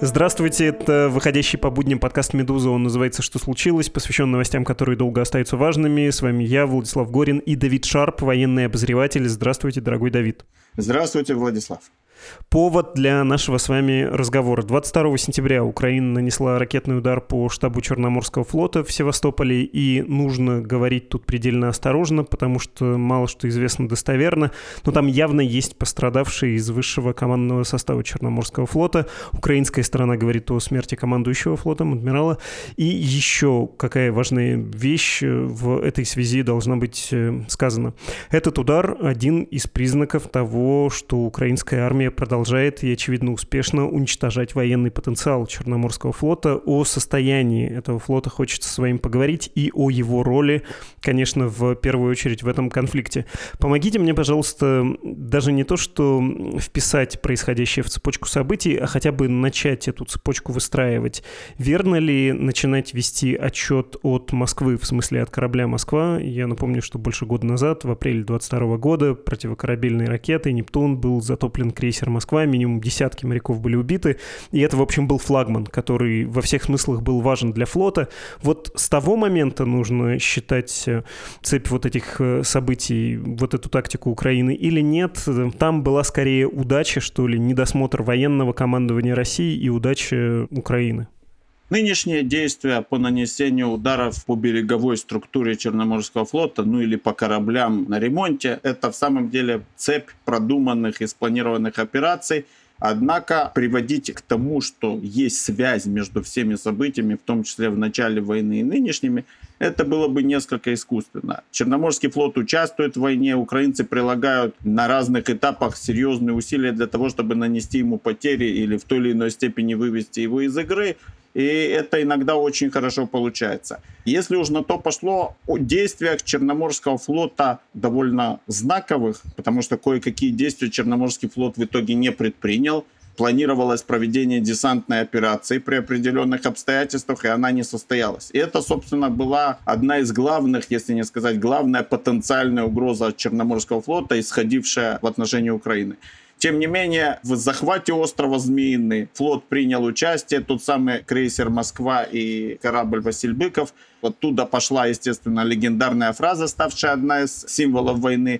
Здравствуйте, это выходящий по будням подкаст «Медуза». Он называется «Что случилось?», посвящен новостям, которые долго остаются важными. С вами я, Владислав Горин, и Давид Шарп, военный обозреватель. Здравствуйте, дорогой Давид. Здравствуйте, Владислав. Повод для нашего с вами разговора. 22 сентября Украина нанесла ракетный удар по штабу Черноморского флота в Севастополе, и нужно говорить тут предельно осторожно, потому что мало что известно достоверно, но там явно есть пострадавшие из высшего командного состава Черноморского флота. Украинская сторона говорит о смерти командующего флотом, адмирала. И еще какая важная вещь в этой связи должна быть сказана. Этот удар — один из признаков того, что украинская армия продолжает и, очевидно, успешно уничтожать военный потенциал Черноморского флота. О состоянии этого флота хочется с вами поговорить и о его роли, конечно, в первую очередь в этом конфликте. Помогите мне, пожалуйста, даже не то, что вписать происходящее в цепочку событий, а хотя бы начать эту цепочку выстраивать. Верно ли начинать вести отчет от Москвы, в смысле от корабля «Москва»? Я напомню, что больше года назад, в апреле 2022 года, противокорабельной ракетой «Нептун» был затоплен крейсер «Москва», минимум десятки моряков были убиты, и это, в общем, был флагман, который во всех смыслах был важен для флота. Вот с того момента нужно считать цепь вот этих событий, вот эту тактику Украины, или нет? Там была скорее удача, что ли, недосмотр военного командования России и удача Украины. Нынешние действия по нанесению ударов по береговой структуре Черноморского флота, или по кораблям на ремонте, это в самом деле цепь продуманных и спланированных операций. Однако приводить к тому, что есть связь между всеми событиями, в том числе в начале войны и нынешними, это было бы несколько искусственно. Черноморский флот участвует в войне, украинцы прилагают на разных этапах серьезные усилия для того, чтобы нанести ему потери или в той или иной степени вывести его из игры. И это иногда очень хорошо получается. Если уж на то пошло, о действиях Черноморского флота довольно знаковых, потому что кое-какие действия Черноморский флот в итоге не предпринял. Планировалось проведение десантной операции при определенных обстоятельствах, и она не состоялась. И это, собственно, была одна из главных, если не сказать главная потенциальная угроза Черноморского флота, исходившая в отношении Украины. Тем не менее, в захвате острова Змеиный флот принял участие, тот самый крейсер «Москва» и корабль «Василь Быков». Оттуда пошла, естественно, легендарная фраза, ставшая одна из символов войны.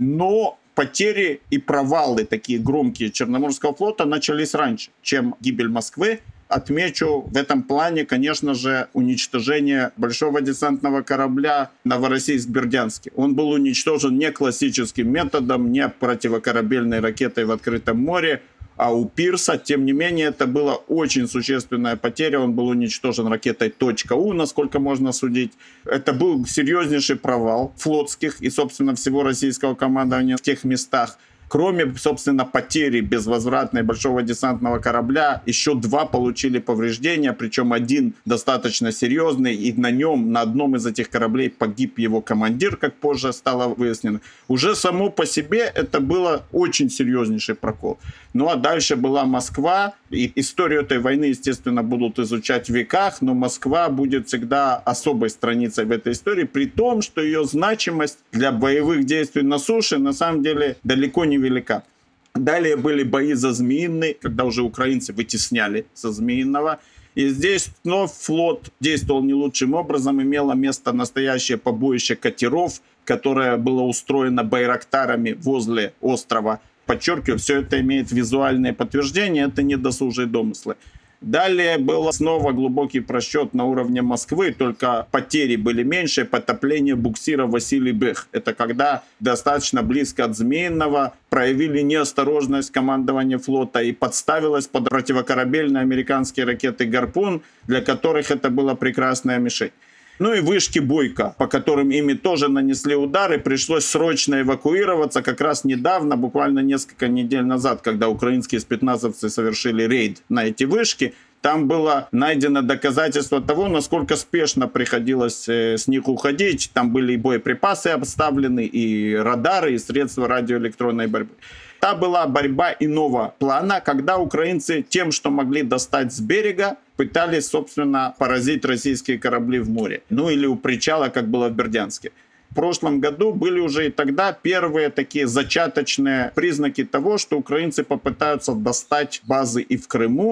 Но потери и провалы, такие громкие, Черноморского флота начались раньше, чем гибель Москвы. Отмечу в этом плане, конечно же, уничтожение большого десантного корабля «Новороссийск-Бердянский». Он был уничтожен не классическим методом, не противокорабельной ракетой в открытом море, а у пирса. Тем не менее, это была очень существенная потеря. Он был уничтожен ракетой «У», насколько можно судить. Это был серьезнейший провал флотских и, собственно, всего российского командования в тех местах. Кроме, собственно, потери безвозвратной большого десантного корабля, еще два получили повреждения, причем один достаточно серьезный, и на одном из этих кораблей погиб его командир, как позже стало выяснено. Уже само по себе это было очень серьезнейший прокол. Ну а дальше была Москва, и историю этой войны, естественно, будут изучать в веках, но Москва будет всегда особой страницей в этой истории, при том, что ее значимость для боевых действий на суше на самом деле далеко не велика. Далее были бои за Змеиный, когда уже украинцы вытесняли со Змеиного. И здесь вновь флот действовал не лучшим образом. Имело место настоящее побоище катеров, которое было устроено байрактарами возле острова. Подчеркиваю, все это имеет визуальное подтверждение, это не досужие домыслы. Далее был снова глубокий просчет на уровне Москвы, только потери были меньше, потопление буксира «Василий Бых». Это когда достаточно близко от Змеиного проявили неосторожность командования флота и подставилось под противокорабельные американские ракеты «Гарпун», для которых это была прекрасная мишень. Ну и вышки Бойко, по которым ими тоже нанесли удары, пришлось срочно эвакуироваться как раз недавно, буквально несколько недель назад, когда украинские спецназовцы совершили рейд на эти вышки. Там было найдено доказательство того, насколько спешно приходилось с них уходить. Там были и боеприпасы обставлены, и радары, и средства радиоэлектронной борьбы. Та была борьба иного плана, когда украинцы тем, что могли достать с берега, пытались, собственно, поразить российские корабли в море. Или у причала, как было в Бердянске. В прошлом году были уже и тогда первые такие зачаточные признаки того, что украинцы попытаются достать базы и в Крыму,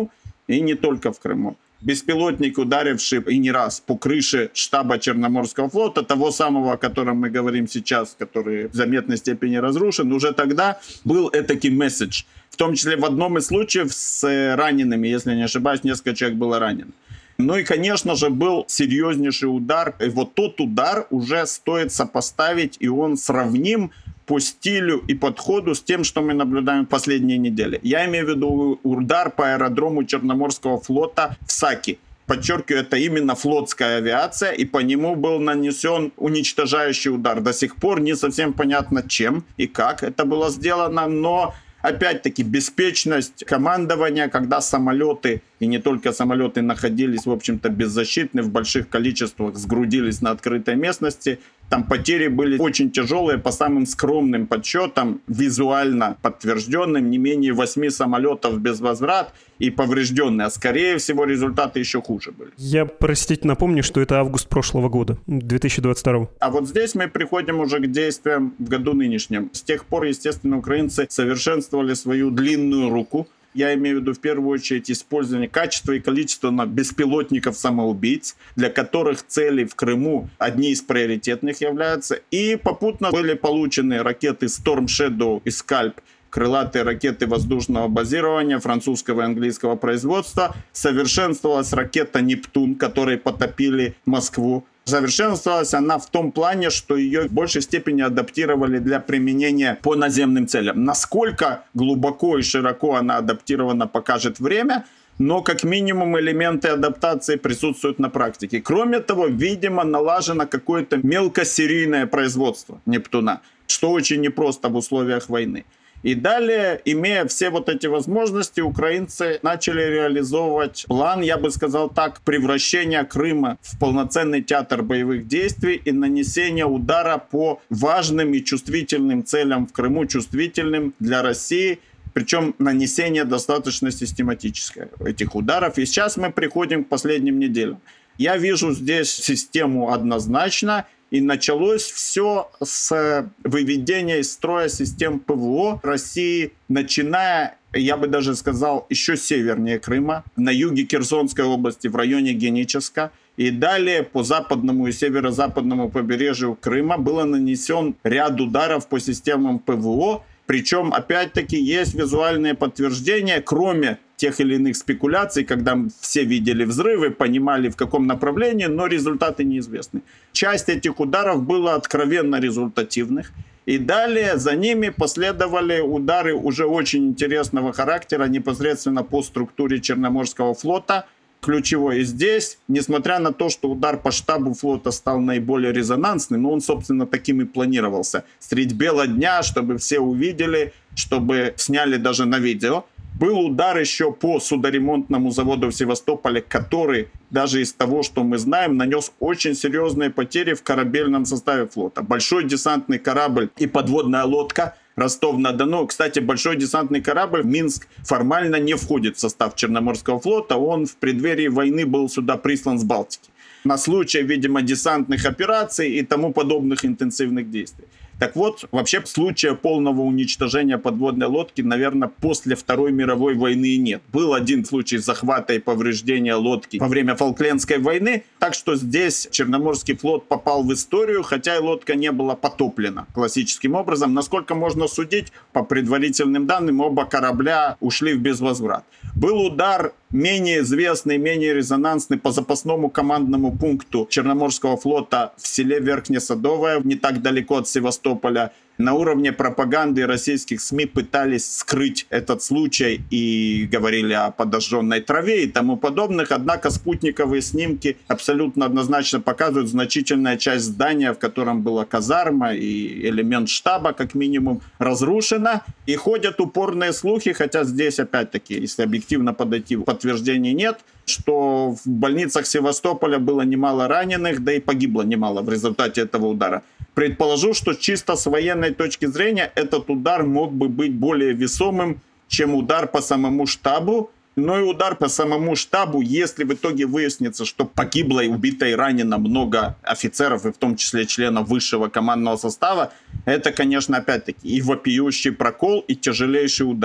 и не только в Крыму. Беспилотник, ударивший и не раз по крыше штаба Черноморского флота, того самого, о котором мы говорим сейчас, который в заметной степени разрушен, уже тогда был этакий месседж. В том числе в одном из случаев с ранеными, если не ошибаюсь, несколько человек было ранено. Ну и, конечно же, был серьезнейший удар. И вот тот удар уже стоит сопоставить, и он сравним по стилю и подходу с тем, что мы наблюдаем в последние недели. Я имею в виду удар по аэродрому Черноморского флота в Саки. Подчеркиваю, это именно флотская авиация, и по нему был нанесен уничтожающий удар. До сих пор не совсем понятно, чем и как это было сделано, но опять-таки беспечность командования, когда самолеты, и не только самолеты, находились, в общем-то, беззащитны, в больших количествах сгрудились на открытой местности. Там потери были очень тяжелые, по самым скромным подсчетам, визуально подтвержденным, не менее 8 самолетов без возврата и поврежденные. А скорее всего, результаты еще хуже были. Я, простите, напомню, что это август прошлого года, 2022. А вот здесь мы приходим уже к действиям в году нынешнем. С тех пор, естественно, украинцы совершенствовали свою длинную руку. Я имею в виду в первую очередь использование качества и количества беспилотников-самоубийц, для которых цели в Крыму одни из приоритетных являются. И попутно были получены ракеты Storm Shadow и Scalp, крылатые ракеты воздушного базирования французского и английского производства. Совершенствовалась ракета «Нептун», которые потопили Москву. Совершенствовалась она в том плане, что ее в большей степени адаптировали для применения по наземным целям. Насколько глубоко и широко она адаптирована, покажет время, но как минимум элементы адаптации присутствуют на практике. Кроме того, видимо, налажено какое-то мелкосерийное производство «Нептуна», что очень непросто в условиях войны. И далее, имея все вот эти возможности, украинцы начали реализовывать план, я бы сказал так, превращения Крыма в полноценный театр боевых действий и нанесения удара по важным и чувствительным целям в Крыму, чувствительным для России, причем нанесение достаточно систематическое этих ударов. И сейчас мы приходим к последним неделям. Я вижу здесь систему однозначно. И началось все с выведения из строя систем ПВО России, начиная, я бы даже сказал, еще севернее Крыма, на юге Херсонской области, в районе Геническа. И далее по западному и северо-западному побережью Крыма было нанесен ряд ударов по системам ПВО. Причем, опять-таки, есть визуальные подтверждения, кроме тех или иных спекуляций, когда все видели взрывы, понимали, в каком направлении, но результаты неизвестны. Часть этих ударов была откровенно результативных. И далее за ними последовали удары уже очень интересного характера непосредственно по структуре Черноморского флота. Ключевой здесь, несмотря на то, что удар по штабу флота стал наиболее резонансным, но он, собственно, таким и планировался. Средь бела дня, чтобы все увидели, чтобы сняли даже на видео. Был удар еще по судоремонтному заводу в Севастополе, который, даже из того, что мы знаем, нанес очень серьезные потери в корабельном составе флота. Большой десантный корабль и подводная лодка Ростов-на-Дону. Кстати, большой десантный корабль Минск формально не входит в состав Черноморского флота. Он в преддверии войны был сюда прислан с Балтики. На случай, видимо, десантных операций и тому подобных интенсивных действий. Так вот, вообще случая полного уничтожения подводной лодки, наверное, после Второй мировой войны нет. Был один случай захвата и повреждения лодки во время Фолклендской войны, так что здесь Черноморский флот попал в историю, хотя и лодка не была потоплена классическим образом. Насколько можно судить, по предварительным данным, оба корабля ушли в безвозврат. Был удар менее известный, менее резонансный по запасному командному пункту Черноморского флота в селе Верхнесадовое, не так далеко от Севастополя. На уровне пропаганды российских СМИ пытались скрыть этот случай и говорили о подожженной траве и тому подобных. Однако спутниковые снимки абсолютно однозначно показывают значительная часть здания, в котором была казарма и элемент штаба, как минимум, разрушена. И ходят упорные слухи, хотя здесь, опять-таки, если объективно подойти, подтверждений нет, что в больницах Севастополя было немало раненых, да и погибло немало в результате этого удара. Предположу, что чисто с военной точки зрения этот удар мог бы быть более весомым, чем удар по самому штабу. Но и удар по самому штабу, если в итоге выяснится, что погибло и убито и ранено много офицеров, и в том числе членов высшего командного состава, это, конечно, опять-таки и вопиющий прокол, и тяжелейший удар.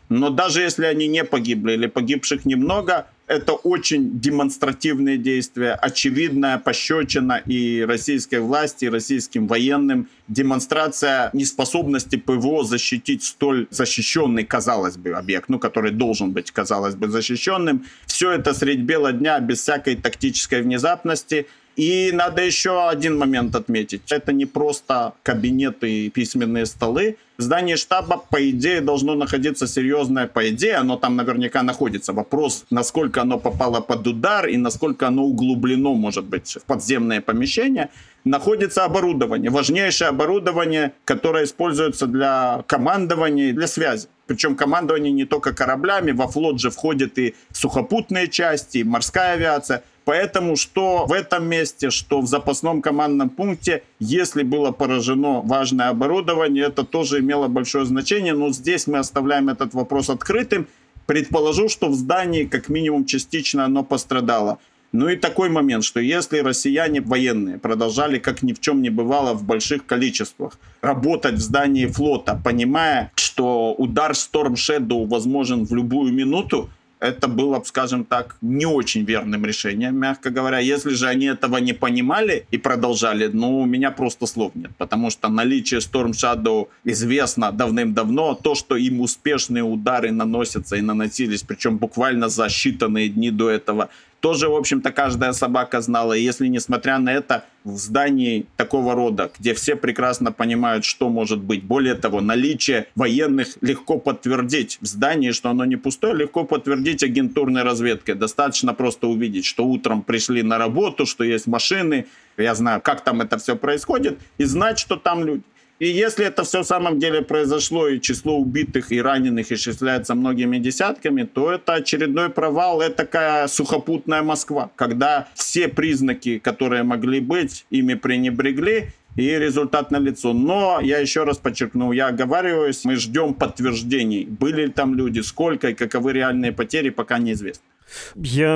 Но даже если они не погибли или погибших немного, это очень демонстративные действия, очевидная пощечина и российской власти, и российским военным, демонстрация неспособности ПВО защитить столь защищенный, казалось бы, объект, который должен быть, казалось бы, защищенным. Все это средь бела дня, без всякой тактической внезапности. И надо еще один момент отметить. Это не просто кабинеты и письменные столы. В здании штаба, по идее, должно находиться серьезное, по идее, оно там наверняка находится. Вопрос, насколько оно попало под удар и насколько оно углублено, может быть, в подземное помещение. Находится оборудование, важнейшее оборудование, которое используется для командования и для связи. Причем командование не только кораблями, во флот же входят и сухопутные части, и морская авиация. Поэтому что в этом месте, что в запасном командном пункте, если было поражено важное оборудование, это тоже имело большое значение. Но здесь мы оставляем этот вопрос открытым. Предположу, что в здании как минимум частично оно пострадало. Ну и такой момент, что если россияне военные продолжали, как ни в чем не бывало, в больших количествах работать в здании флота, понимая, что удар Storm Shadow возможен в любую минуту, это было, скажем так, не очень верным решением, мягко говоря. Если же они этого не понимали и продолжали, у меня просто слов нет. Потому что наличие Storm Shadow известно давным-давно. То, что им успешные удары наносятся и наносились, причем буквально за считанные дни до этого, тоже, в общем-то, каждая собака знала. И если, несмотря на это, в здании такого рода, где все прекрасно понимают, что может быть, более того, наличие военных легко подтвердить в здании, что оно не пустое, легко подтвердить агентурной разведкой. Достаточно просто увидеть, что утром пришли на работу, что есть машины, я знаю, как там это все происходит, и знать, что там люди. И если это все в самом деле произошло, и число убитых и раненых исчисляется многими десятками, то это очередной провал, это такая сухопутная Москва, когда все признаки, которые могли быть, ими пренебрегли, и результат налицо. Но, я еще раз подчеркну, я оговариваюсь, мы ждем подтверждений, были ли там люди, сколько и каковы реальные потери, пока неизвестно. Я,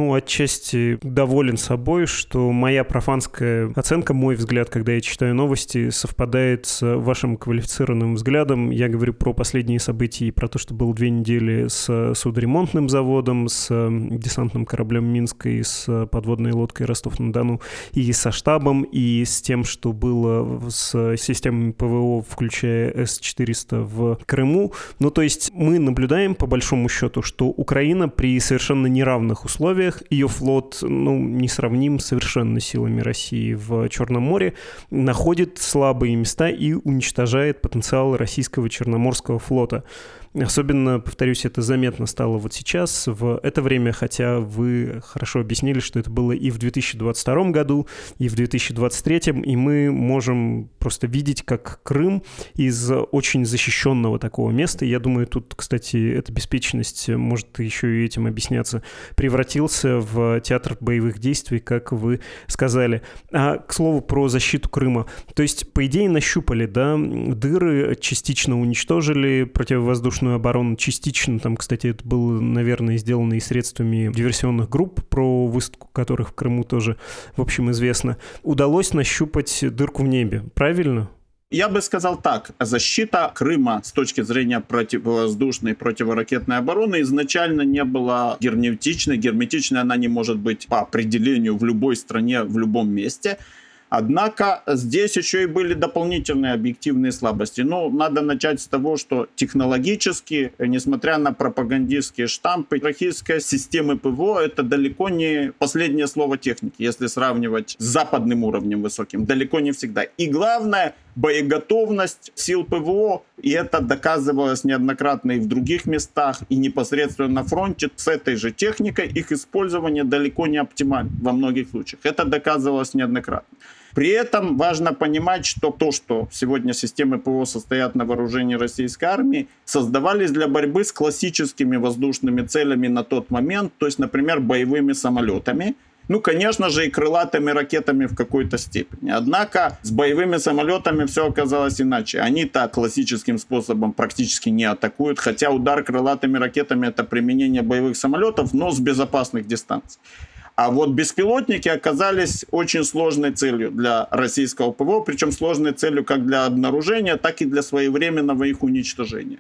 отчасти доволен собой, что моя профанская оценка, мой взгляд, когда я читаю новости, совпадает с вашим квалифицированным взглядом. Я говорю про последние события и про то, что было 2 недели с судоремонтным заводом, с десантным кораблем «Минск» и с подводной лодкой «Ростов-на-Дону», и со штабом, и с тем, что было с системами ПВО, включая С-400 в Крыму. То есть мы наблюдаем, по большому счету, что Украина при совершенно неравных условиях, ее флот, не сравним совершенно с силами России в Черном море, находит слабые места и уничтожает потенциал российского Черноморского флота. Особенно, повторюсь, это заметно стало вот сейчас, в это время, хотя вы хорошо объяснили, что это было и в 2022 году, и в 2023, и мы можем просто видеть, как Крым из очень защищенного такого места, я думаю, тут, кстати, эта беспечность может еще и этим объясняться, превратился в театр боевых действий, как вы сказали. А, к слову, про защиту Крыма. То есть, по идее, нащупали, дыры, частично уничтожили противовоздушную оборону, частично, там, кстати, это было, наверное, сделано и средствами диверсионных групп, про высадку которых в Крыму тоже, в общем, известно. Удалось нащупать дырку в небе, правильно? Я бы сказал так. Защита Крыма с точки зрения противовоздушной и противоракетной обороны изначально не была герметичной. Герметичной она не может быть по определению в любой стране, в любом месте. Однако здесь еще и были дополнительные объективные слабости. Надо начать с того, что технологически, несмотря на пропагандистские штампы, российская система ПВО — это далеко не последнее слово техники, если сравнивать с западным уровнем высоким. Далеко не всегда. И главное — боеготовность сил ПВО, и это доказывалось неоднократно и в других местах, и непосредственно на фронте. С этой же техникой их использование далеко не оптимально во многих случаях. Это доказывалось неоднократно. При этом важно понимать, что то, что сегодня системы ПВО состоят на вооружении российской армии, создавались для борьбы с классическими воздушными целями на тот момент, то есть, например, боевыми самолетами, конечно же, и крылатыми ракетами в какой-то степени. Однако с боевыми самолетами все оказалось иначе. Они-то классическим способом практически не атакуют, хотя удар крылатыми ракетами — это применение боевых самолетов, но с безопасных дистанций. А вот беспилотники оказались очень сложной целью для российского ПВО, причем сложной целью как для обнаружения, так и для своевременного их уничтожения.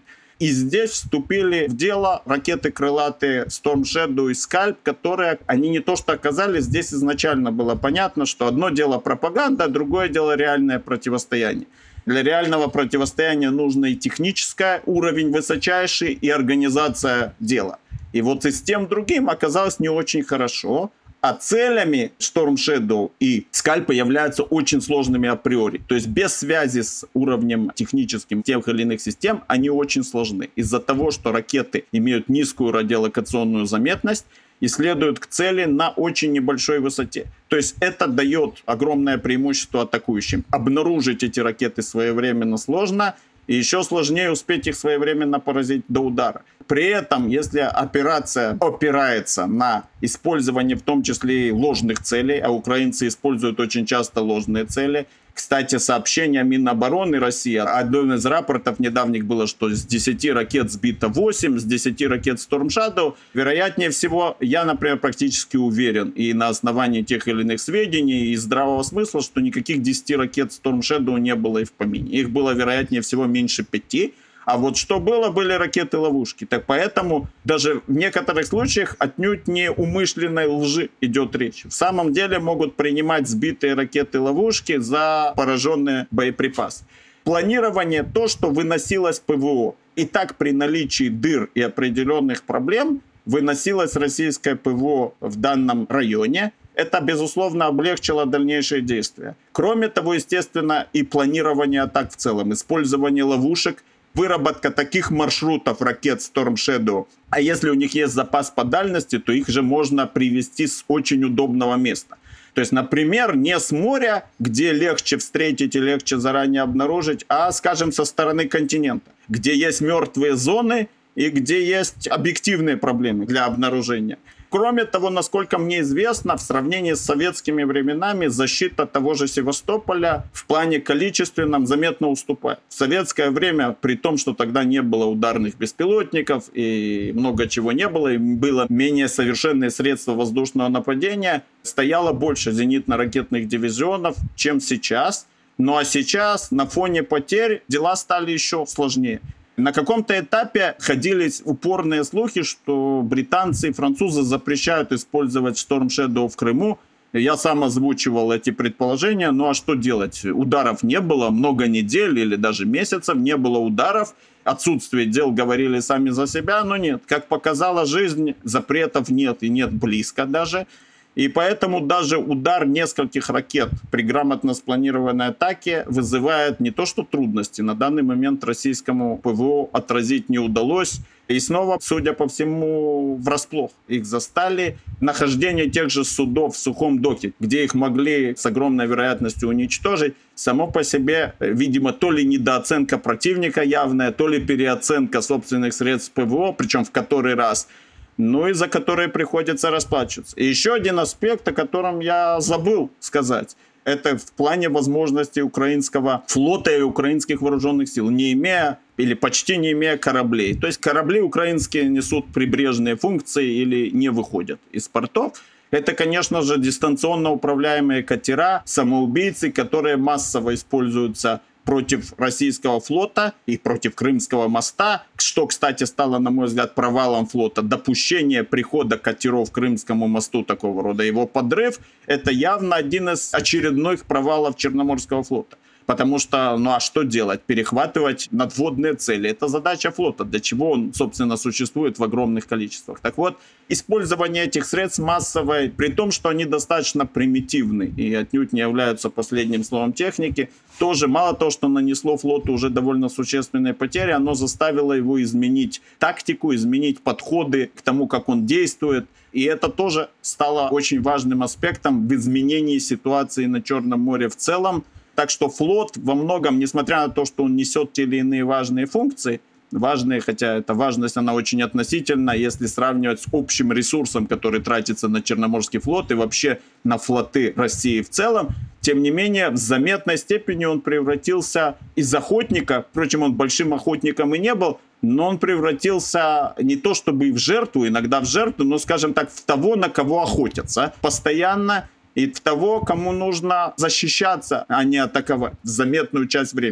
И здесь вступили в дело ракеты крылатые Storm Shadow и Scalp, которые, они не то что оказались, здесь изначально было понятно, что одно дело пропаганда, другое дело реальное противостояние. Для реального противостояния нужно и технический уровень высочайший, и организация дела. И вот и с тем другим оказалось не очень хорошо. А целями Storm Shadow и Scalp являются очень сложными априори. То есть без связи с уровнем техническим тех или иных систем они очень сложны. Из-за того, что ракеты имеют низкую радиолокационную заметность и следуют к цели на очень небольшой высоте. То есть это дает огромное преимущество атакующим. Обнаружить эти ракеты своевременно сложно, и еще сложнее успеть их своевременно поразить до удара. При этом, если операция опирается на использование в том числе и ложных целей, а украинцы используют очень часто ложные цели. Кстати, сообщение Минобороны России, одно из рапортов недавних было, что с 10 ракет сбито 8, с 10 ракет Storm Shadow. Вероятнее всего, я, например, практически уверен, и на основании тех или иных сведений и здравого смысла, что никаких 10 ракет Storm Shadow не было и в помине. Их было, вероятнее всего, меньше 5. А вот что было, были ракеты-ловушки. Так поэтому даже в некоторых случаях отнюдь не умышленной лжи идет речь. В самом деле могут принимать сбитые ракеты-ловушки за пораженные боеприпасы. Планирование то, что выносилось ПВО. И так при наличии дыр и определенных проблем выносилось российское ПВО в данном районе. Это, безусловно, облегчило дальнейшие действия. Кроме того, естественно, и планирование атак в целом, использование ловушек, выработка таких маршрутов ракет Storm Shadow. А если у них есть запас по дальности, то их же можно привести с очень удобного места. То есть, например, не с моря, где легче встретить и легче заранее обнаружить, а, скажем, со стороны континента, где есть мертвые зоны и где есть объективные проблемы для обнаружения. Кроме того, насколько мне известно, в сравнении с советскими временами защита того же Севастополя в плане количественном заметно уступает. В советское время, при том, что тогда не было ударных беспилотников и много чего не было, и было менее совершенные средства воздушного нападения, стояло больше зенитно-ракетных дивизионов, чем сейчас. Ну а сейчас на фоне потерь дела стали еще сложнее. На каком-то этапе ходили упорные слухи, что британцы и французы запрещают использовать Storm Shadow в Крыму. Я сам озвучивал эти предположения. Ну а что делать? Ударов не было много недель или даже месяцев, не было ударов. Отсутствие дел говорили сами за себя, но нет. Как показала жизнь, запретов нет и нет близко даже. И поэтому даже удар нескольких ракет при грамотно спланированной атаке вызывает не то что трудности. На данный момент российскому ПВО отразить не удалось. И снова, судя по всему, врасплох их застали. Нахождение тех же судов в сухом доке, где их могли с огромной вероятностью уничтожить, само по себе, видимо, то ли недооценка противника явная, то ли переоценка собственных средств ПВО, причем в который раз, ну и за которые приходится расплачиваться. И еще один аспект, о котором я забыл сказать, это в плане возможностей украинского флота и украинских вооруженных сил, не имея или почти не имея кораблей. То есть корабли украинские несут прибрежные функции или не выходят из портов. Это, конечно же, дистанционно управляемые катера, самоубийцы, которые массово используются против российского флота и против Крымского моста, что, кстати, стало, на мой взгляд, провалом флота. Допущение прихода катеров к Крымскому мосту такого рода, его подрыв, это явно один из очередных провалов Черноморского флота. Потому что, ну а что делать? Перехватывать надводные цели. Это задача флота, для чего он, собственно, существует в огромных количествах. Так вот, использование этих средств массовое, при том, что они достаточно примитивны и отнюдь не являются последним словом техники, тоже мало того, что нанесло флоту уже довольно существенные потери, оно заставило его изменить тактику, изменить подходы к тому, как он действует. И это тоже стало очень важным аспектом в изменении ситуации на Черном море в целом. Так что флот во многом, несмотря на то, что он несет те или иные важные функции, важные, хотя эта важность, она очень относительна, если сравнивать с общим ресурсом, который тратится на Черноморский флот и вообще на флоты России в целом, тем не менее, в заметной степени он превратился из охотника, впрочем, он большим охотником и не был, но он превратился не то чтобы в жертву, иногда в жертву, но, скажем так, в того, на кого охотятся постоянно, и в того, кому нужно защищаться, а не атаковать заметную часть времени.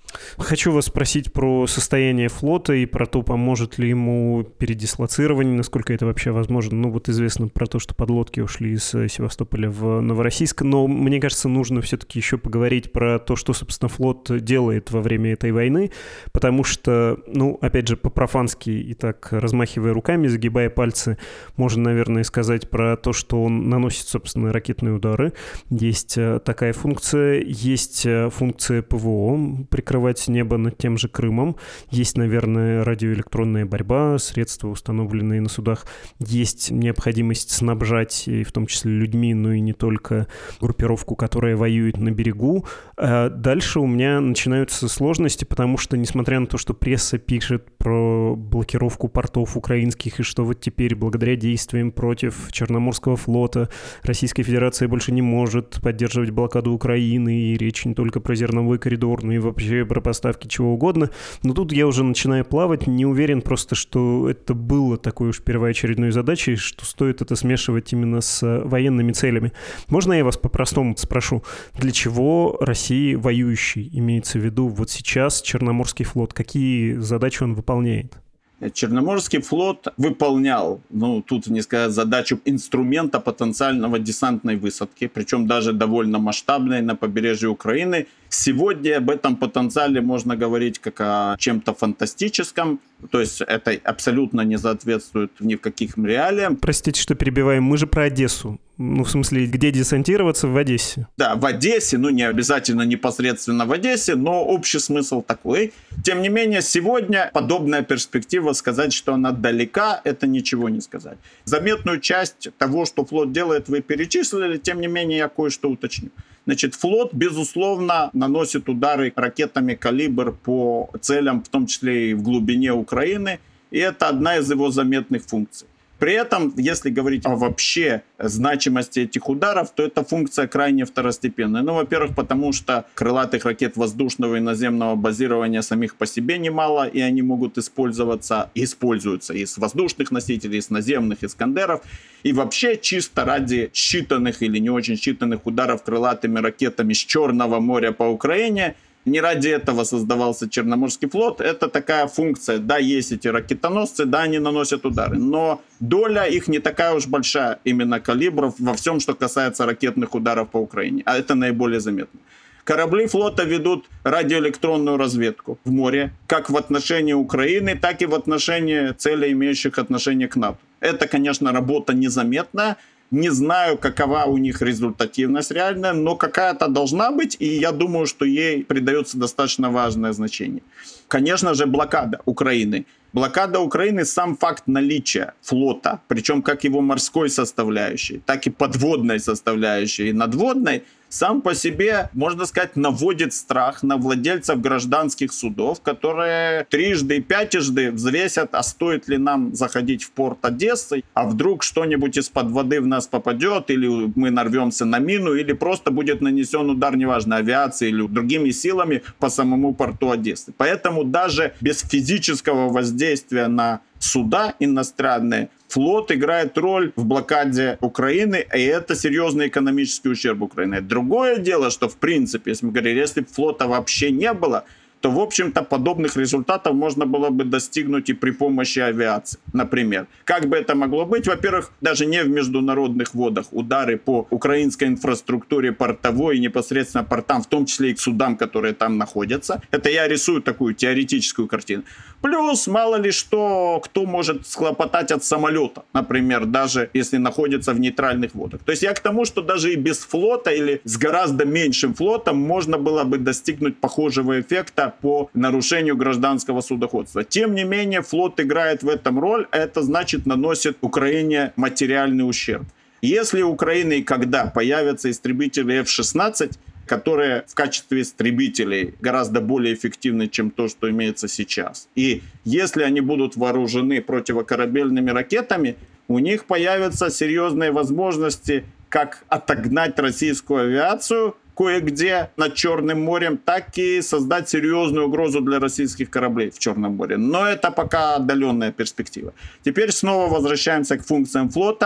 Хочу вас спросить про состояние флота и про то, поможет ли ему передислоцирование, насколько это вообще возможно. Ну, вот известно про то, что подлодки ушли из Севастополя в Новороссийск, но мне кажется, нужно все-таки еще поговорить про то, что, собственно, флот делает во время этой войны, потому что, ну, опять же, по-профански и так размахивая руками, загибая пальцы, можно, наверное, сказать про то, что он наносит, собственно, ракетные удары. Есть такая функция, есть функция ПВО, прикрывать небо над тем же Крымом. Есть, наверное, радиоэлектронная борьба, средства, установленные на судах. Есть необходимость снабжать, и в том числе людьми, но и не только, группировку, которая воюет на берегу. А дальше у меня начинаются сложности, потому что, несмотря на то, что пресса пишет про блокировку портов украинских, и что вот теперь, благодаря действиям против Черноморского флота, Российская Федерация больше не может поддерживать блокаду Украины, и речь не только про зерновой коридор, но и вообще про поставки чего угодно. Но тут я уже начинаю плавать, не уверен просто, что это было такой уж первоочередной задачей, что стоит это смешивать именно с военными целями. Можно я вас по-простому спрошу, для чего России воюющий, имеется в виду вот сейчас Черноморский флот, какие задачи он выполняет? Черноморский флот выполнял, ну, тут не сказать, задачу инструмента потенциального десантной высадки, причем даже довольно масштабной на побережье Украины. Сегодня об этом потенциале можно говорить как о чем-то фантастическом, то есть это абсолютно не соответствует ни в каких реалиям. Простите, что перебиваем, мы же про Одессу. Ну, в смысле, где десантироваться? В Одессе. Да, в Одессе, ну, не обязательно непосредственно в Одессе, но общий смысл такой. Тем не менее, сегодня подобная перспектива, сказать, что она далека, это ничего не сказать. Заметную часть того, что флот делает, вы перечислили, тем не менее, я кое-что уточню. Значит, флот, безусловно, наносит удары ракетами «Калибр» по целям, в том числе и в глубине Украины, и это одна из его заметных функций. При этом, если говорить о вообще значимости этих ударов, то эта функция крайне второстепенная. Ну, во-первых, потому что крылатых ракет воздушного и наземного базирования самих по себе немало, и они могут использоваться, и используются из воздушных носителей, из наземных «Искандеров». И вообще чисто ради считанных или не очень считанных ударов крылатыми ракетами с Черного моря по Украине, не ради этого создавался Черноморский флот. Это такая функция. Да, есть эти ракетоносцы, да, они наносят удары. Но доля их не такая уж большая, именно калибров, во всем, что касается ракетных ударов по Украине. А это наиболее заметно. Корабли флота ведут радиоэлектронную разведку в море, как в отношении Украины, так и в отношении целей, имеющих отношение к НАТО. Это, конечно, работа незаметная. Не знаю, какова у них результативность реальная, но какая-то должна быть, и я думаю, что ей придается достаточно важное значение. Конечно же, блокада Украины. Блокада Украины – сам факт наличия флота, причем как его морской составляющей, так и подводной составляющей и надводной, сам по себе, можно сказать, наводит страх на владельцев гражданских судов, которые трижды и пятижды взвесят, а стоит ли нам заходить в порт Одессы, а вдруг что-нибудь из-под воды в нас попадет, или мы нарвемся на мину, или просто будет нанесен удар, неважно, авиацией или другими силами по самому порту Одессы. Поэтому даже без физического воздействия на суда иностранные, флот играет роль в блокаде Украины, и это серьезный экономический ущерб Украины. Другое дело, что в принципе, если мы говорим, если бы флота вообще не было, то, в общем-то, подобных результатов можно было бы достигнуть и при помощи авиации, например. Как бы это могло быть? Во-первых, даже не в международных водах. Удары по украинской инфраструктуре портовой и непосредственно портам, в том числе и к судам, которые там находятся. Это я рисую такую теоретическую картину. Плюс, мало ли что, кто может схлопотать от самолета, например, даже если находится в нейтральных водах. То есть я к тому, что даже и без флота или с гораздо меньшим флотом можно было бы достигнуть похожего эффекта по нарушению гражданского судоходства. Тем не менее, флот играет в этом роль, а это значит наносит Украине материальный ущерб. Если у Украины, когда появятся истребители F-16, которые в качестве истребителей гораздо более эффективны, чем то, что имеется сейчас. И если они будут вооружены противокорабельными ракетами, у них появятся серьезные возможности как отогнать российскую авиацию кое-где над Черным морем, так и создать серьезную угрозу для российских кораблей в Черном море. Но это пока отдаленная перспектива. Теперь снова возвращаемся к функциям флота.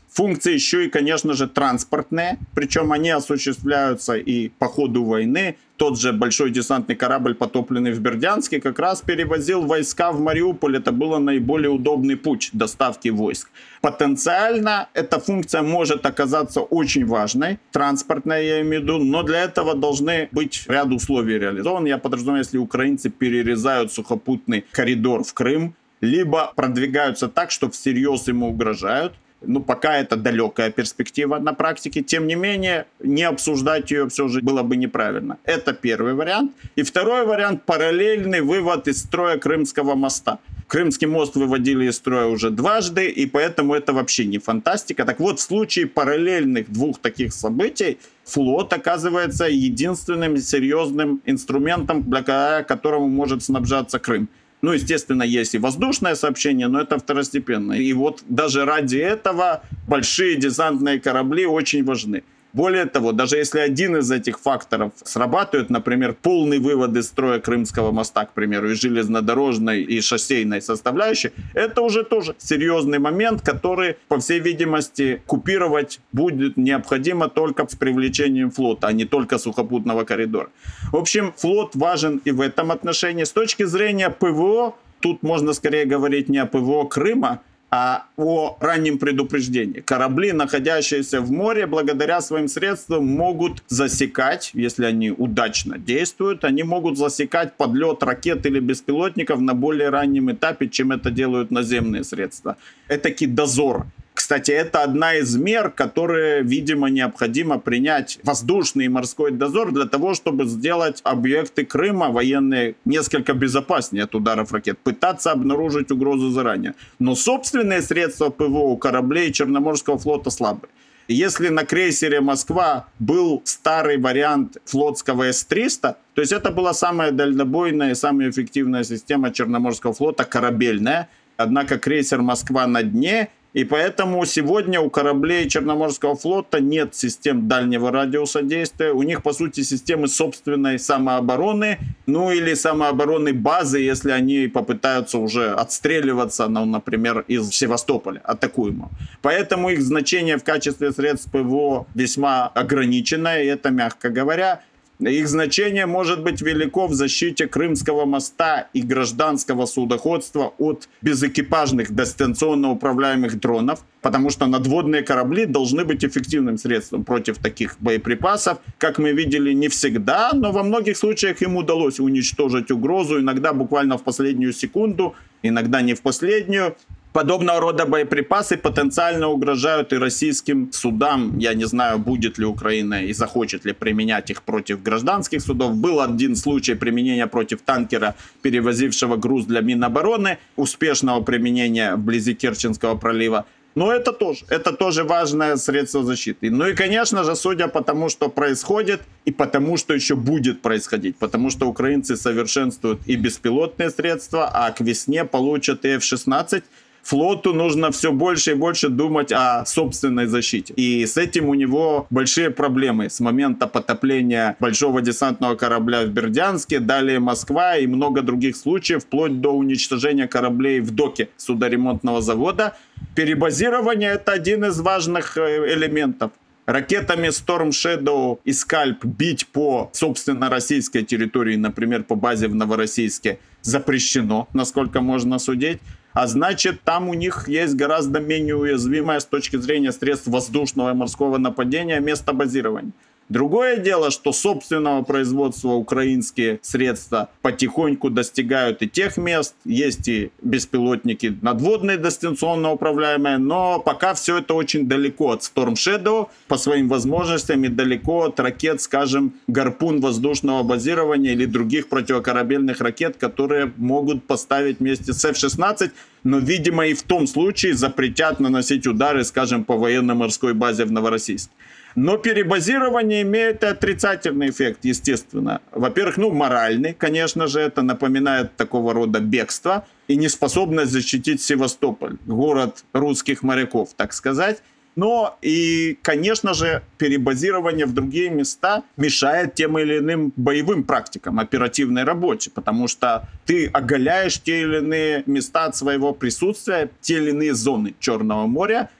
Функции еще и, конечно же, транспортные, причем они осуществляются и по ходу войны. Тот же большой десантный корабль, потопленный в Бердянске, как раз перевозил войска в Мариуполь. Это был наиболее удобный путь доставки войск. Потенциально эта функция может оказаться очень важной, транспортная я имею в виду, но для этого должны быть ряд условий реализованы. Я подразумеваю, если украинцы перерезают сухопутный коридор в Крым, либо продвигаются так, что всерьез ему угрожают. Пока это далекая перспектива на практике. Тем не менее, не обсуждать ее все же было бы неправильно. Это первый вариант. И второй вариант – параллельный вывод из строя Крымского моста. Крымский мост выводили из строя уже дважды, и поэтому это вообще не фантастика. Так вот, в случае параллельных двух таких событий, флот оказывается единственным серьезным инструментом, благодаря которому может снабжаться Крым. Естественно, есть и воздушное сообщение, но это второстепенно. И вот даже ради этого большие десантные корабли очень важны. Более того, даже если один из этих факторов срабатывает, например, полный вывод из строя Крымского моста, к примеру, и железнодорожной, и шоссейной составляющей, это уже тоже серьезный момент, который, по всей видимости, купировать будет необходимо только с привлечением флота, а не только сухопутного коридора. В общем, флот важен и в этом отношении. С точки зрения ПВО, тут можно скорее говорить не о ПВО Крыма, а о раннем предупреждении. Корабли, находящиеся в море, благодаря своим средствам могут засекать, если они удачно действуют, они могут засекать подлет ракет или беспилотников на более раннем этапе, чем это делают наземные средства. Этакий дозор. Кстати, это одна из мер, которые, видимо, необходимо принять воздушный и морской дозор для того, чтобы сделать объекты Крыма военные несколько безопаснее от ударов ракет, пытаться обнаружить угрозу заранее. Но собственные средства ПВО кораблей Черноморского флота слабые. Если на крейсере «Москва» был старый вариант флотского С-300, то есть это была самая дальнобойная и самая эффективная система Черноморского флота, корабельная. Однако крейсер «Москва» на дне, и поэтому сегодня у кораблей Черноморского флота нет систем дальнего радиуса действия. У них, по сути, системы собственной самообороны, или самообороны базы, если они попытаются уже отстреливаться, например, из Севастополя, атакуемого. Поэтому их значение в качестве средств ПВО весьма ограничено, и это мягко говоря. Их значение может быть велико в защите Крымского моста и гражданского судоходства от безэкипажных дистанционно управляемых дронов, потому что надводные корабли должны быть эффективным средством против таких боеприпасов. Как мы видели, не всегда, но во многих случаях им удалось уничтожить угрозу, иногда буквально в последнюю секунду, иногда не в последнюю. Подобного рода боеприпасы потенциально угрожают и российским судам. Я не знаю, будет ли Украина и захочет ли применять их против гражданских судов. Был один случай применения против танкера, перевозившего груз для Минобороны, успешного применения вблизи Керченского пролива. Но это тоже важное средство защиты. И, конечно же, судя по тому, что происходит, и потому, что еще будет происходить, потому что украинцы совершенствуют и беспилотные средства, а к весне получат и F-16, флоту нужно все больше и больше думать о собственной защите. И с этим у него большие проблемы. С момента потопления большого десантного корабля в Бердянске, далее Москва и много других случаев, вплоть до уничтожения кораблей в доке судоремонтного завода. Перебазирование – это один из важных элементов. Ракетами Storm Shadow и Scalp бить по, собственно, российской территории, например, по базе в Новороссийске, запрещено, насколько можно судить. А значит, там у них есть гораздо менее уязвимое с точки зрения средств воздушного и морского нападения место базирования. Другое дело, что собственного производства украинские средства потихоньку достигают и тех мест, есть и беспилотники надводные дистанционно управляемые, но пока все это очень далеко от Storm Shadow по своим возможностям и далеко от ракет, скажем, Гарпун воздушного базирования или других противокорабельных ракет, которые могут поставить вместе с F-16, но, видимо, и в том случае запретят наносить удары, скажем, по военно-морской базе в Новороссийске. Но перебазирование имеет и отрицательный эффект, естественно. Во-первых, моральный, конечно же, это напоминает такого рода бегство и неспособность защитить Севастополь, город русских моряков, так сказать. Но и, конечно же, перебазирование в другие места мешает тем или иным боевым практикам, оперативной работе, потому что ты оголяешь те или иные места от своего присутствия, те или иные зоны Черного моря,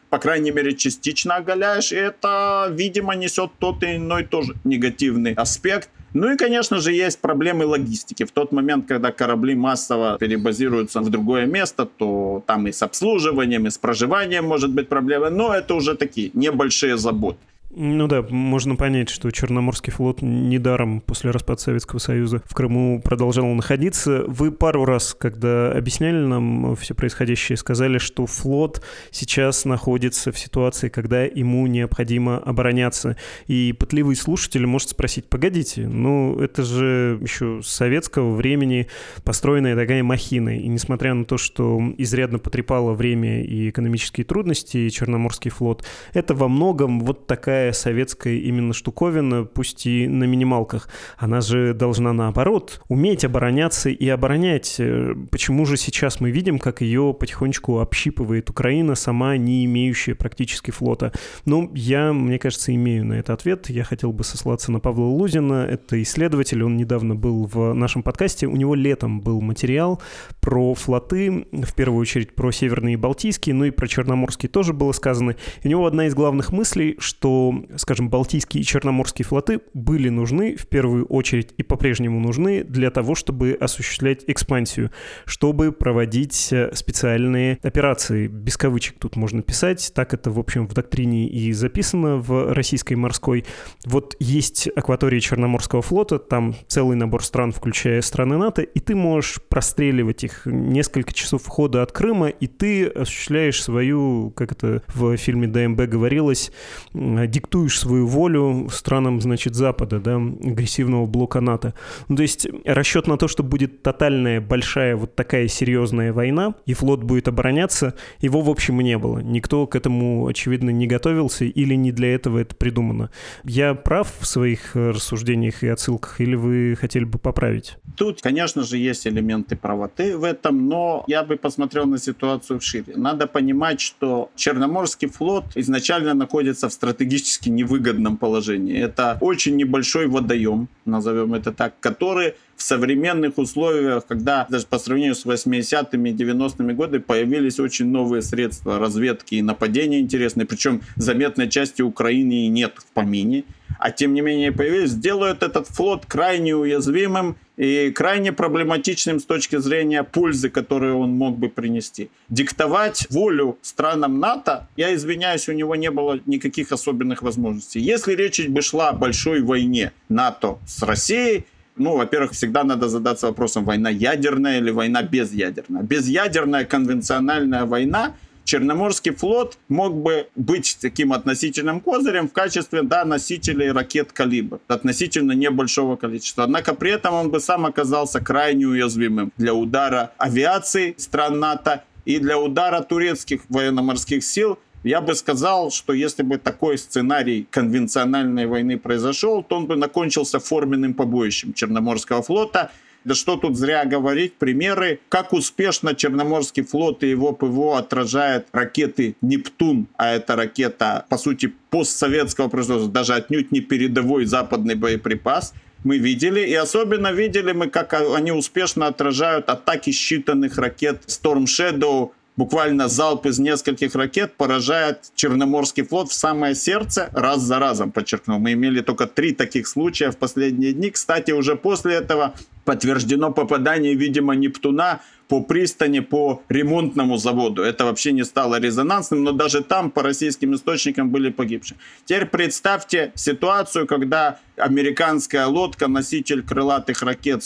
по крайней мере, частично оголяешь, и это, видимо, несет тот и иной тоже негативный аспект. Ну и, конечно же, есть проблемы логистики. В тот момент, когда корабли массово перебазируются в другое место, то там и с обслуживанием, и с проживанием может быть проблемы, но это уже такие небольшие заботы. Ну да, можно понять, что Черноморский флот недаром после распада Советского Союза в Крыму продолжал находиться. Вы пару раз, когда объясняли нам все происходящее, сказали, что флот сейчас находится в ситуации, когда ему необходимо обороняться. И пытливый слушатель может спросить: погодите, ну это же еще с советского времени построенная такая махина. И несмотря на то, что изрядно потрепало время и экономические трудности Черноморский флот, это во многом вот такая советская именно штуковина, пусть и на минималках. Она же должна, наоборот, уметь обороняться и оборонять. Почему же сейчас мы видим, как ее потихонечку общипывает Украина, сама не имеющая практически флота? Ну, мне кажется, имею на это ответ. Я хотел бы сослаться на Павла Лузина. Это исследователь, он недавно был в нашем подкасте. У него летом был материал про флоты, в первую очередь про Северные и Балтийские, ну и про Черноморский тоже было сказано. И у него одна из главных мыслей, что, скажем, Балтийские и Черноморские флоты были нужны в первую очередь и по-прежнему нужны для того, чтобы осуществлять экспансию, чтобы проводить специальные операции. Без кавычек тут можно писать, так это, в общем, в доктрине и записано в российской морской. Вот есть акватории Черноморского флота, там целый набор стран, включая страны НАТО, и ты можешь простреливать их несколько часов хода от Крыма, и ты осуществляешь свою, как это в фильме ДМБ говорилось, диктуешь свою волю странам, значит, Запада, да, агрессивного блока НАТО. Ну, то есть расчет на то, что будет тотальная, большая, вот такая серьезная война, и флот будет обороняться, его, в общем, и не было. Никто к этому, очевидно, не готовился, или не для этого это придумано. Я прав в своих рассуждениях и отсылках, или вы хотели бы поправить? Тут, конечно же, есть элементы правоты в этом, но я бы посмотрел на ситуацию шире. Надо понимать, что Черноморский флот изначально находится в стратегически невыгодном положении. Это очень небольшой водоем, назовем это так, который в современных условиях, когда даже по сравнению с 80-ми и 90-ми годами появились очень новые средства разведки и нападения интересные, причем заметной части Украины и нет в помине, а тем не менее появились, делают этот флот крайне уязвимым и крайне проблематичным с точки зрения пользы, которую он мог бы принести. Диктовать волю странам НАТО, я извиняюсь, у него не было никаких особенных возможностей. Если речь бы шла о большой войне НАТО с Россией, ну, во-первых, всегда надо задаться вопросом, война ядерная или война безъядерная. Безъядерная конвенциональная война, Черноморский флот мог бы быть таким относительным козырем в качестве, да, носителей ракет «Калибр», относительно небольшого количества. Однако при этом он бы сам оказался крайне уязвимым для удара авиации стран НАТО и для удара турецких военно-морских сил. Я бы сказал, что если бы такой сценарий конвенциональной войны произошел, то он бы закончился форменным побоищем Черноморского флота. Да что тут зря говорить, примеры, как успешно Черноморский флот и его ПВО отражает ракеты «Нептун», а это ракета, по сути, постсоветского производства, даже отнюдь не передовой западный боеприпас, мы видели. И особенно видели мы, как они успешно отражают атаки считанных ракет Storm Shadow. Буквально залп из нескольких ракет поражает Черноморский флот в самое сердце, раз за разом, подчеркну. Мы имели только 3 таких случая в последние дни. Кстати, уже после этого подтверждено попадание, видимо, «Нептуна» по пристани, по ремонтному заводу. Это вообще не стало резонансным, но даже там по российским источникам были погибшие. Теперь представьте ситуацию, когда американская лодка, носитель крылатых ракет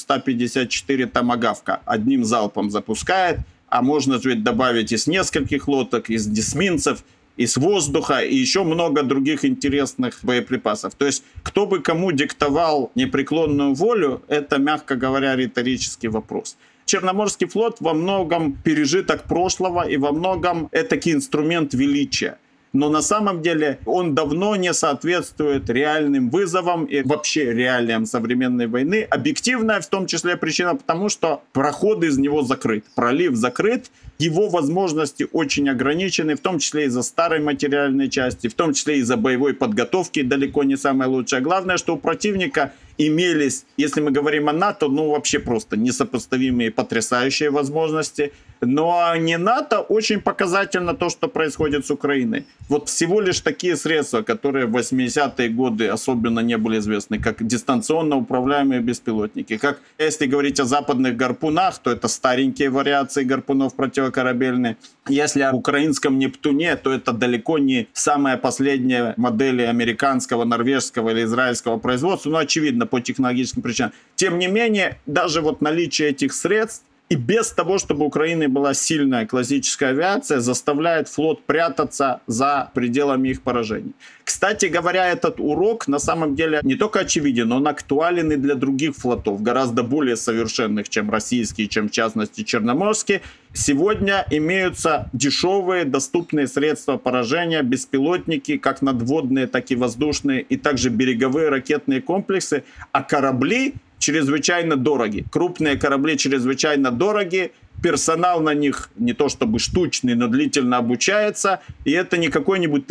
154 «Томагавка» одним залпом запускает, а можно ведь добавить из нескольких лодок, из эсминцев, из воздуха и еще много других интересных боеприпасов. То есть кто бы кому диктовал непреклонную волю, это, мягко говоря, риторический вопрос. Черноморский флот во многом пережиток прошлого и во многом этакий инструмент величия. Но на самом деле он давно не соответствует реальным вызовам и вообще реалиям современной войны. Объективная в том числе причина, потому что проход из него закрыт, пролив закрыт, его возможности очень ограничены, в том числе из-за старой материальной части, в том числе из-за боевой подготовки, далеко не самое лучшее. Главное, что у противника имелись, если мы говорим о НАТО, ну вообще просто несопоставимые потрясающие возможности. Но не НАТО, очень показательно то, что происходит с Украиной. Вот всего лишь такие средства, которые в 80-е годы особенно не были известны, как дистанционно управляемые беспилотники. Как, если говорить о западных гарпунах, то это старенькие вариации гарпунов противокорабельные. Если о украинском «Нептуне», то это далеко не самая последняя модель американского, норвежского или израильского производства, но очевидно по технологическим причинам. Тем не менее, даже вот наличие этих средств и без того, чтобы у Украины была сильная классическая авиация, заставляет флот прятаться за пределами их поражений. Кстати говоря, этот урок на самом деле не только очевиден, он актуален и для других флотов, гораздо более совершенных, чем российский, чем в частности черноморский. Сегодня имеются дешевые, доступные средства поражения, беспилотники, как надводные, так и воздушные, и также береговые ракетные комплексы, а корабли чрезвычайно дороги. Крупные корабли чрезвычайно дороги, персонал на них не то чтобы штучный, но длительно обучается. И это не какой-нибудь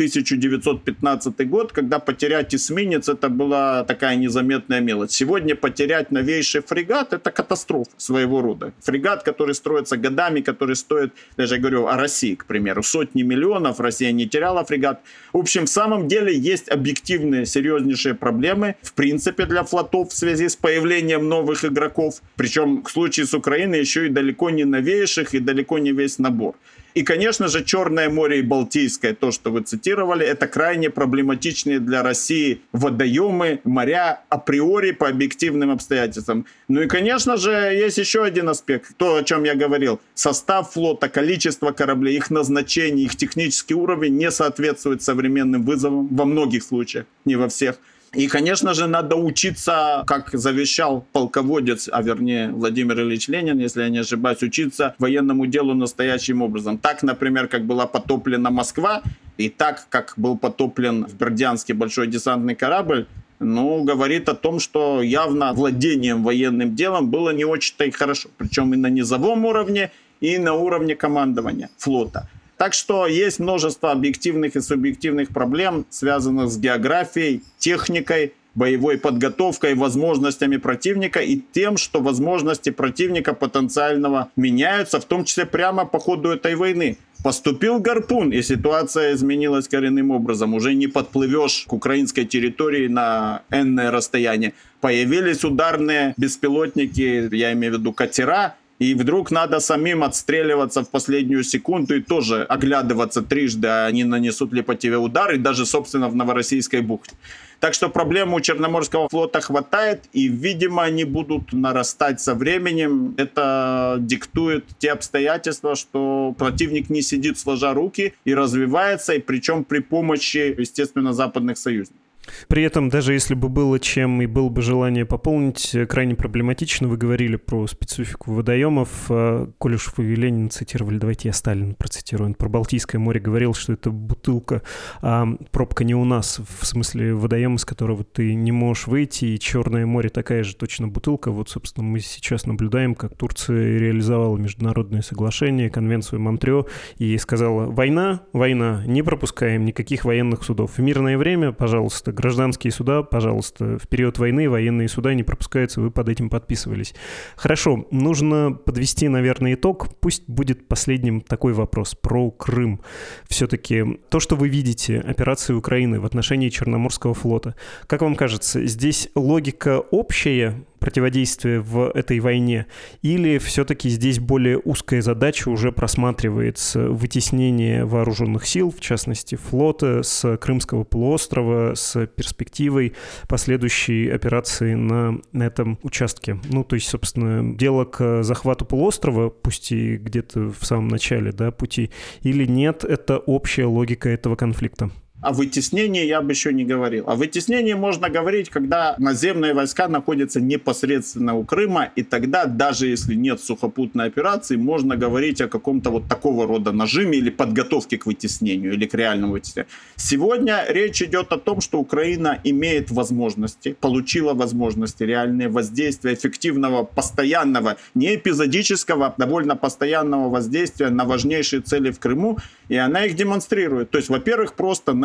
1915 год, когда потерять эсминец это была такая незаметная мелочь. Сегодня потерять новейший фрегат это катастрофа своего рода. Фрегат, который строится годами, который стоит, даже я говорю о России, к примеру, сотни миллионов. Россия не теряла фрегат. В общем, в самом деле есть объективные, серьезнейшие проблемы, в принципе, для флотов в связи с появлением новых игроков. Причем в случае с Украиной еще и далеко не новейших и далеко не весь набор. И, конечно же, Черное море и Балтийское, то, что вы цитировали, это крайне проблематичные для России водоемы, моря априори по объективным обстоятельствам. Ну и, конечно же, есть еще один аспект, то, о чем я говорил. Состав флота, количество кораблей, их назначение, их технический уровень не соответствует современным вызовам во многих случаях, не во всех. И, конечно же, надо учиться, как завещал полководец, а вернее Владимир Ильич Ленин, если я не ошибаюсь, учиться военному делу настоящим образом. Так, например, как была потоплена Москва, и так, как был потоплен в Бердянске большой десантный корабль, говорит о том, что явно владением военным делом было не очень-то и хорошо. Причем и на низовом уровне, и на уровне командования флота. Так что есть множество объективных и субъективных проблем, связанных с географией, техникой, боевой подготовкой, возможностями противника и тем, что возможности противника потенциального меняются, в том числе прямо по ходу этой войны. Поступил гарпун, и ситуация изменилась коренным образом. Уже не подплывешь к украинской территории на энное расстояние. Появились ударные беспилотники, я имею в виду катера, и вдруг надо самим отстреливаться в последнюю секунду и тоже оглядываться трижды, они нанесут ли по тебе удар, и даже, собственно, в Новороссийской бухте. Так что проблем у Черноморского флота хватает, и, видимо, они будут нарастать со временем. Это диктует те обстоятельства, что противник не сидит сложа руки и развивается, и причем при помощи, естественно, западных союзников. При этом, даже если бы было чем и было бы желание пополнить, крайне проблематично. Вы говорили про специфику водоемов. Коль уж вы Ленина цитировали, давайте я Сталина процитирую. Он про Балтийское море говорил, что это бутылка, а пробка не у нас. В смысле водоем, из которого ты не можешь выйти, и Черное море такая же точно бутылка. Вот, собственно, мы сейчас наблюдаем, как Турция реализовала международные соглашения, конвенцию Монтрео, и сказала: война, не пропускаем никаких военных судов. В мирное время, пожалуйста, гражданские суда, пожалуйста, в период войны военные суда не пропускаются, вы под этим подписывались. Хорошо, нужно подвести, наверное, итог. Пусть будет последним такой вопрос про Крым. Все-таки то, что вы видите, операции Украины в отношении Черноморского флота, как вам кажется, здесь логика общая противодействия в этой войне, или все-таки здесь более узкая задача уже просматривается вытеснение вооруженных сил, в частности флота, с Крымского полуострова, с перспективой последующей операции на этом участке? Ну, то есть, собственно, дело к захвату полуострова, пусть и где-то в самом начале, да, пути, или нет, это общая логика этого конфликта? О вытеснении я бы еще не говорил. О вытеснении можно говорить, когда наземные войска находятся непосредственно у Крыма, и тогда, даже если нет сухопутной операции, можно говорить о каком-то вот такого рода нажиме или подготовке к вытеснению, или к реальному вытеснению. Сегодня речь идет о том, что Украина имеет возможности, получила возможности реальные воздействия, эффективного, постоянного, не эпизодического, а довольно постоянного воздействия на важнейшие цели в Крыму, и она их демонстрирует. То есть, во-первых, просто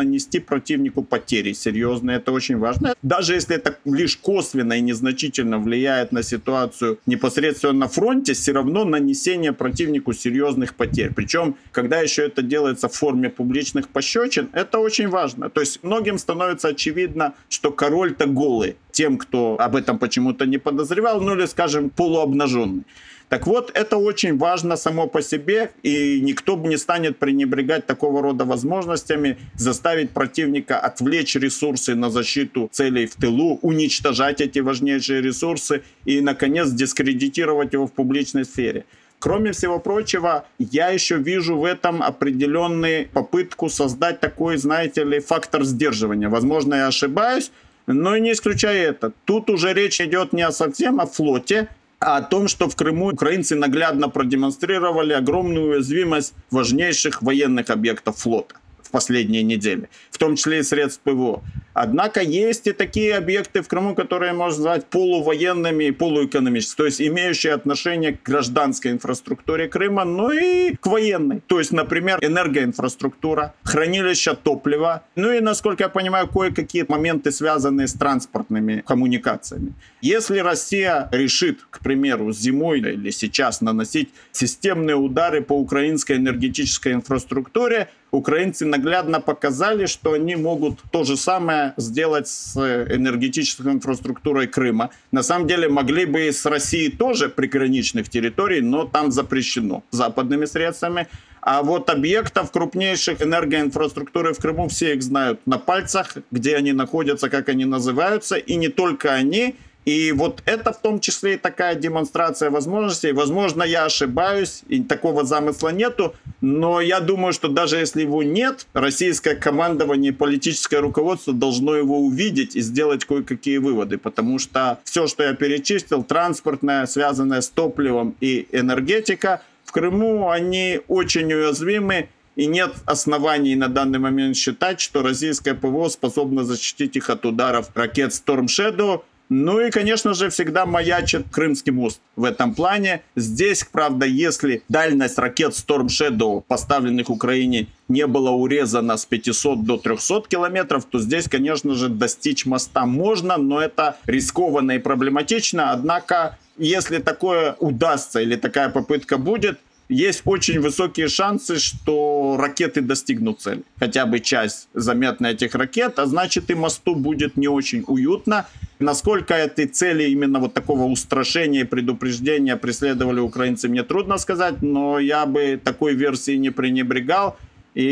нанести противнику потери серьезные. Это очень важно. Даже если это лишь косвенно и незначительно влияет на ситуацию непосредственно на фронте, все равно нанесение противнику серьезных потерь. Причем, когда еще это делается в форме публичных пощечин, это очень важно. То есть многим становится очевидно, что король-то голый. Тем, кто об этом почему-то не подозревал, ну или, скажем, полуобнаженный. Так вот, это очень важно само по себе, и никто не станет пренебрегать такого рода возможностями заставить противника отвлечь ресурсы на защиту целей в тылу, уничтожать эти важнейшие ресурсы и, наконец, дискредитировать его в публичной сфере. Кроме всего прочего, я еще вижу в этом определенную попытку создать такой, знаете ли, фактор сдерживания. Возможно, я ошибаюсь, но не исключая это. Тут уже речь идет не совсем о флоте, а о том, что в Крыму украинцы наглядно продемонстрировали огромную уязвимость важнейших военных объектов флота в последние недели, в том числе и средств ПВО. Однако есть и такие объекты в Крыму, которые можно назвать полувоенными и полуэкономическими, то есть имеющие отношение к гражданской инфраструктуре Крыма, но и к военной. То есть, например, энергоинфраструктура, хранилища топлива, ну и, насколько я понимаю, кое-какие моменты, связанные с транспортными коммуникациями. Если Россия решит, к примеру, зимой или сейчас наносить системные удары по украинской энергетической инфраструктуре, украинцы наглядно показали, что они могут то же самое сделать с энергетической инфраструктурой Крыма. На самом деле могли бы и с Россией тоже приграничных территорий, но там запрещено западными средствами. А вот объектов крупнейших энергоинфраструктуры в Крыму все их знают на пальцах, где они находятся, как они называются, и не только они. И вот это в том числе и такая демонстрация возможностей. Возможно, я ошибаюсь, и такого замысла нету, но я думаю, что даже если его нет, российское командование и политическое руководство должно его увидеть и сделать кое-какие выводы, потому что все, что я перечислил, транспортное, связанное с топливом и энергетика, в Крыму они очень уязвимы, и нет оснований на данный момент считать, что российское ПВО способно защитить их от ударов ракет Storm Shadow. Ну и, конечно же, всегда маячит Крымский мост в этом плане. Здесь, правда, если дальность ракет Storm Shadow, поставленных Украине, не была урезана с 500 до 300 километров, то здесь, конечно же, достичь моста можно, но это рискованно и проблематично. Однако, если такое удастся или такая попытка будет, есть очень высокие шансы, что ракеты достигнут цели. Хотя бы часть заметна этих ракет, а значит и мосту будет не очень уютно. Насколько этой цели именно вот такого устрашения и предупреждения преследовали украинцы, мне трудно сказать, но я бы такой версии не пренебрегал,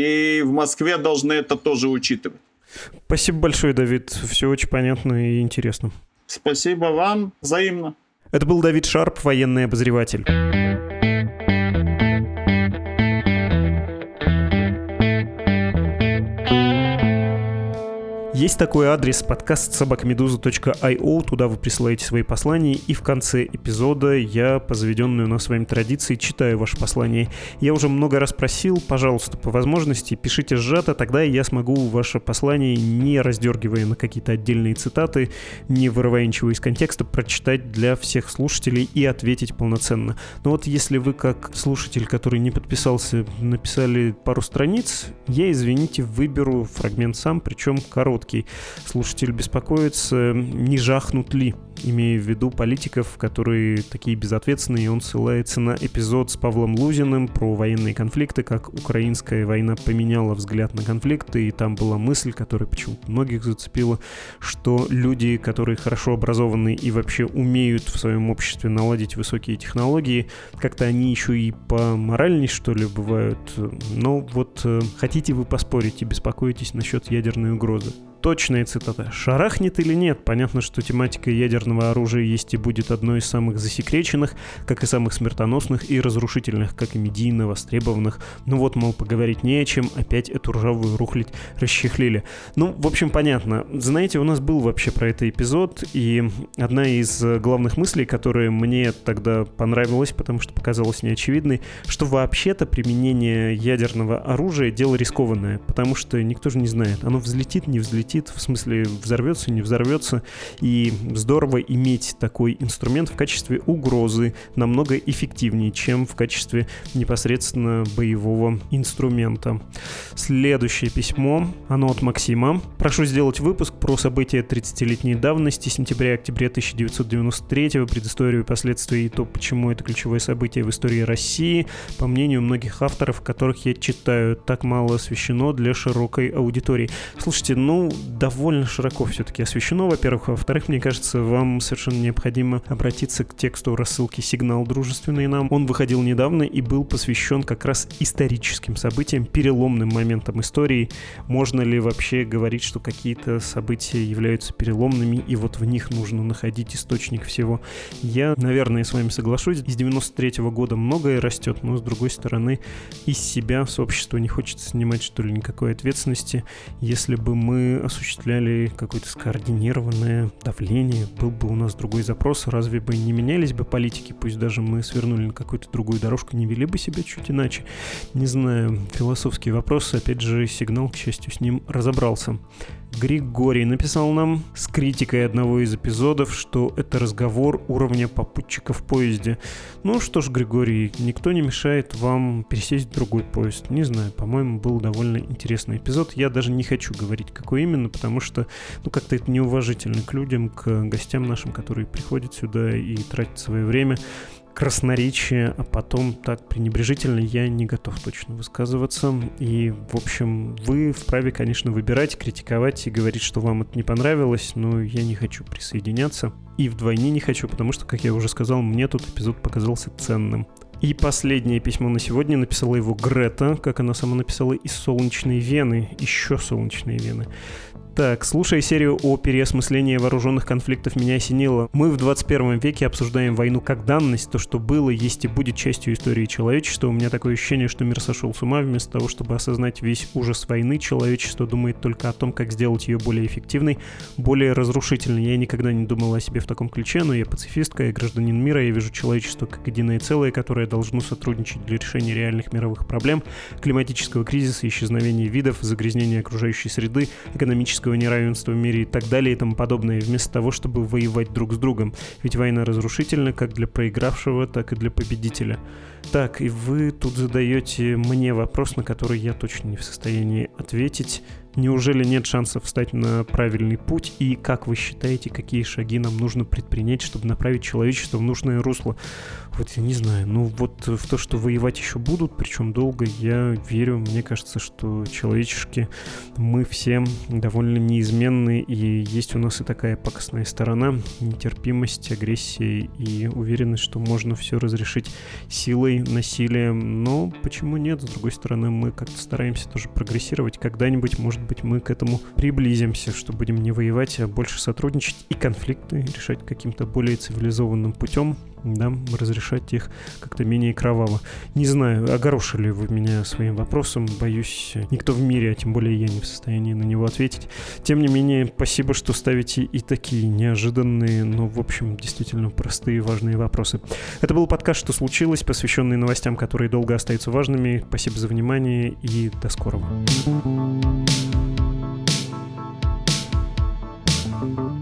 и в Москве должны это тоже учитывать. Спасибо большое, Давид. Все очень понятно и интересно. Спасибо вам. Взаимно. Это был Давид Шарп, военный обозреватель. Есть такой адрес подкаст @meduza.io, туда вы присылаете свои послания, и в конце эпизода я, по заведенной у нас с вами традиции, читаю ваши послания. Я уже много раз просил, пожалуйста, по возможности пишите сжато, тогда я смогу ваше послание, не раздергивая на какие-то отдельные цитаты, не вырывая ничего из контекста, прочитать для всех слушателей и ответить полноценно. Но вот если вы, как слушатель, который не подписался, написали пару страниц, я, извините, выберу фрагмент сам, причем короткий. Слушатель беспокоится, не жахнут ли, имея в виду политиков, которые такие безответственные, и он ссылается на эпизод с Павлом Лузиным про военные конфликты, как украинская война поменяла взгляд на конфликты, и там была мысль, которая почему-то многих зацепила, что люди, которые хорошо образованы и вообще умеют в своем обществе наладить высокие технологии, как-то они еще и поморальней, что ли, бывают. Но вот хотите вы поспорить и беспокоитесь насчет ядерной угрозы? Точная цитата. «Шарахнет или нет? Понятно, что тематика ядерного оружия есть и будет одной из самых засекреченных, как и самых смертоносных и разрушительных, как и медийно востребованных. Ну вот, мол, поговорить не о чем, опять эту ржавую рухлядь расчехлили». Ну, в общем, понятно. Знаете, у нас был вообще про это эпизод, и одна из главных мыслей, которая мне тогда понравилась, потому что показалась неочевидной, что вообще-то применение ядерного оружия — дело рискованное, потому что никто же не знает, оно взлетит, не взлетит, в смысле взорвется, не взорвется, и здорово здорово иметь такой инструмент в качестве угрозы, намного эффективнее, чем в качестве непосредственно боевого инструмента. Следующее письмо, оно от Максима. Прошу сделать выпуск про события 30-летней давности, сентября-октября 1993, предысторию, последствия и то, почему это ключевое событие в истории России, по мнению многих авторов, которых я читаю, так мало освещено для широкой аудитории. Слушайте, довольно широко все-таки освещено, во-первых. Во-вторых, мне кажется, вам совершенно необходимо обратиться к тексту рассылки «Сигнал дружественный нам». Он выходил недавно и был посвящен как раз историческим событиям, переломным моментам истории. Можно ли вообще говорить, что какие-то события являются переломными, и вот в них нужно находить источник всего? Я, наверное, с вами соглашусь. Из 93-го года многое растет, но, с другой стороны, из себя, с общества не хочется снимать, что ли, никакой ответственности. Если бы мы осуществляли какое-то скоординированное давление, был бы у нас другой запрос, разве бы не менялись бы политики, пусть даже мы свернули на какую-то другую дорожку, не вели бы себя чуть иначе? Не знаю, философский вопрос, опять же, «Сигнал», к счастью, с ним разобрался. Григорий написал нам с критикой одного из эпизодов, что это разговор уровня попутчика в поезде. Ну что ж, Григорий, никто не мешает вам пересесть в другой поезд. Не знаю, по-моему, был довольно интересный эпизод. Я даже не хочу говорить, какой именно, потому что, как-то это неуважительно к людям, к гостям нашим, которые приходят сюда и тратят свое время. Красноречие, а потом так пренебрежительно я не готов точно высказываться. И, в общем, вы вправе, конечно, выбирать, критиковать и говорить, что вам это не понравилось, но я не хочу присоединяться. И вдвойне не хочу, потому что, как я уже сказал, мне тут эпизод показался ценным. И последнее письмо на сегодня написала его Грета, как она сама написала, из Солнечной Вены, еще Солнечной Вены. Так, слушая серию о переосмыслении вооруженных конфликтов, меня осенило. Мы в 21 веке обсуждаем войну как данность, то, что было, есть и будет частью истории человечества. У меня такое ощущение, что мир сошел с ума. Вместо того, чтобы осознать весь ужас войны, человечество думает только о том, как сделать ее более эффективной, более разрушительной. Я никогда не думала о себе в таком ключе, но я пацифистка, я гражданин мира, я вижу человечество как единое целое, которое должно сотрудничать для решения реальных мировых проблем, климатического кризиса, исчезновения видов, загрязнения окружающей среды, экономического неравенства в мире и так далее и тому подобное, вместо того, чтобы воевать друг с другом. Ведь война разрушительна как для проигравшего, так и для победителя. Так, и вы тут задаете мне вопрос, на который я точно не в состоянии ответить. Неужели нет шансов встать на правильный путь? И как вы считаете, какие шаги нам нужно предпринять, чтобы направить человечество в нужное русло? Вот я не знаю. Вот в то, что воевать еще будут, причем долго, я верю. Мне кажется, что человечешки мы все довольно неизменны, и есть у нас и такая пакостная сторона, нетерпимость, агрессия и уверенность, что можно все разрешить силой, насилием. Но почему нет? С другой стороны, мы как-то стараемся тоже прогрессировать. Когда-нибудь, может быть, мы к этому приблизимся, что будем не воевать, а больше сотрудничать и конфликты решать каким-то более цивилизованным путем, да, разрешать их как-то менее кроваво. Не знаю, огорошили вы меня своим вопросом, боюсь, никто в мире, а тем более я не в состоянии на него ответить. Тем не менее, спасибо, что ставите и такие неожиданные, но, в общем, действительно простые и важные вопросы. Это был подкаст «Что случилось?», посвященный новостям, которые долго остаются важными. Спасибо за внимание и до скорого.